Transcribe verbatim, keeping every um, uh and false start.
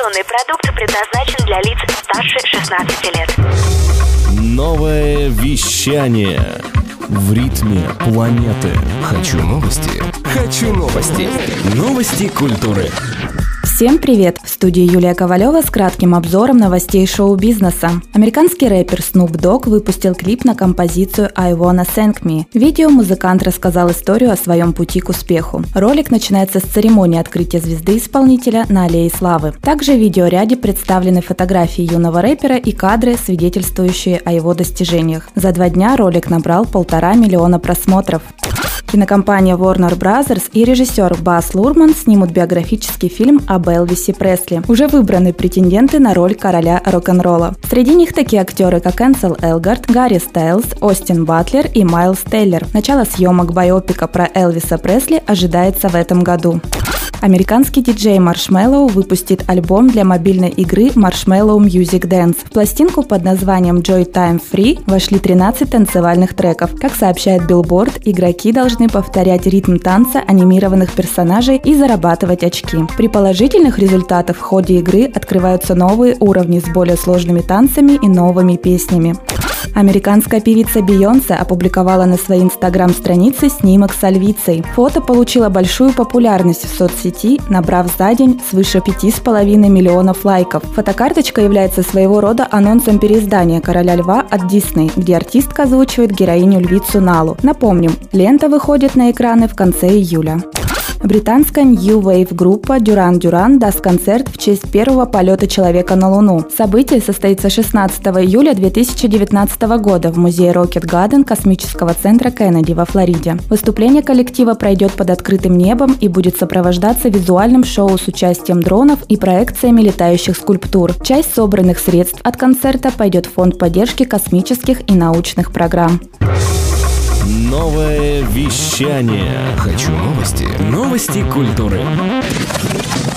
Информационный продукт предназначен для лиц старше шестнадцати лет. Новое вещание в ритме планеты. Хочу новости. Хочу новости. Новости культуры. Всем привет! В студии Юлия Ковалева с кратким обзором новостей шоу-бизнеса. Американский рэпер Snoop Dogg выпустил клип на композицию «I Wanna Thank Me». В видео музыкант рассказал историю о своем пути к успеху. Ролик начинается с церемонии открытия звезды исполнителя на Аллее Славы. Также в видеоряде представлены фотографии юного рэпера и кадры, свидетельствующие о его достижениях. За два дня ролик набрал полтора миллиона просмотров. Кинокомпания Warner Brothers и режиссер Бас Лурман снимут биографический фильм об Элвисе Пресли. Уже выбраны претенденты на роль короля рок-н-ролла. Среди них такие актеры, как Энсел Элгард, Гарри Стайлз, Остин Батлер и Майлз Теллер. Начало съемок байопика про Элвиса Пресли ожидается в этом году. Американский диджей Маршмеллоу выпустит альбом для мобильной игры Marshmallow Music Dance. В пластинку под названием Joy Time Free вошли тринадцать танцевальных треков. Как сообщает Billboard, игроки должны повторять ритм танца анимированных персонажей и зарабатывать очки. При положительных результатах в ходе игры открываются новые уровни с более сложными танцами и новыми песнями. Американская певица Бейонсе опубликовала на своей инстаграм-странице снимок с львицей. Фото получило большую популярность в соцсети, набрав за день свыше пяти с половиной миллионов лайков. Фотокарточка является своего рода анонсом переиздания «Короля льва» от Disney, где артистка озвучивает героиню-львицу Налу. Напомним, лента выходит на экраны в конце июля. Британская New Wave группа Duran Duran даст концерт в честь первого полета человека на Луну. Событие состоится шестнадцатого июля две тысячи девятнадцатого года в музее Rocket Garden космического центра Кеннеди во Флориде. Выступление коллектива пройдет под открытым небом и будет сопровождаться визуальным шоу с участием дронов и проекциями летающих скульптур. Часть собранных средств от концерта пойдет в фонд поддержки космических и научных программ. Новое вещание. Хочу новости. Новости культуры.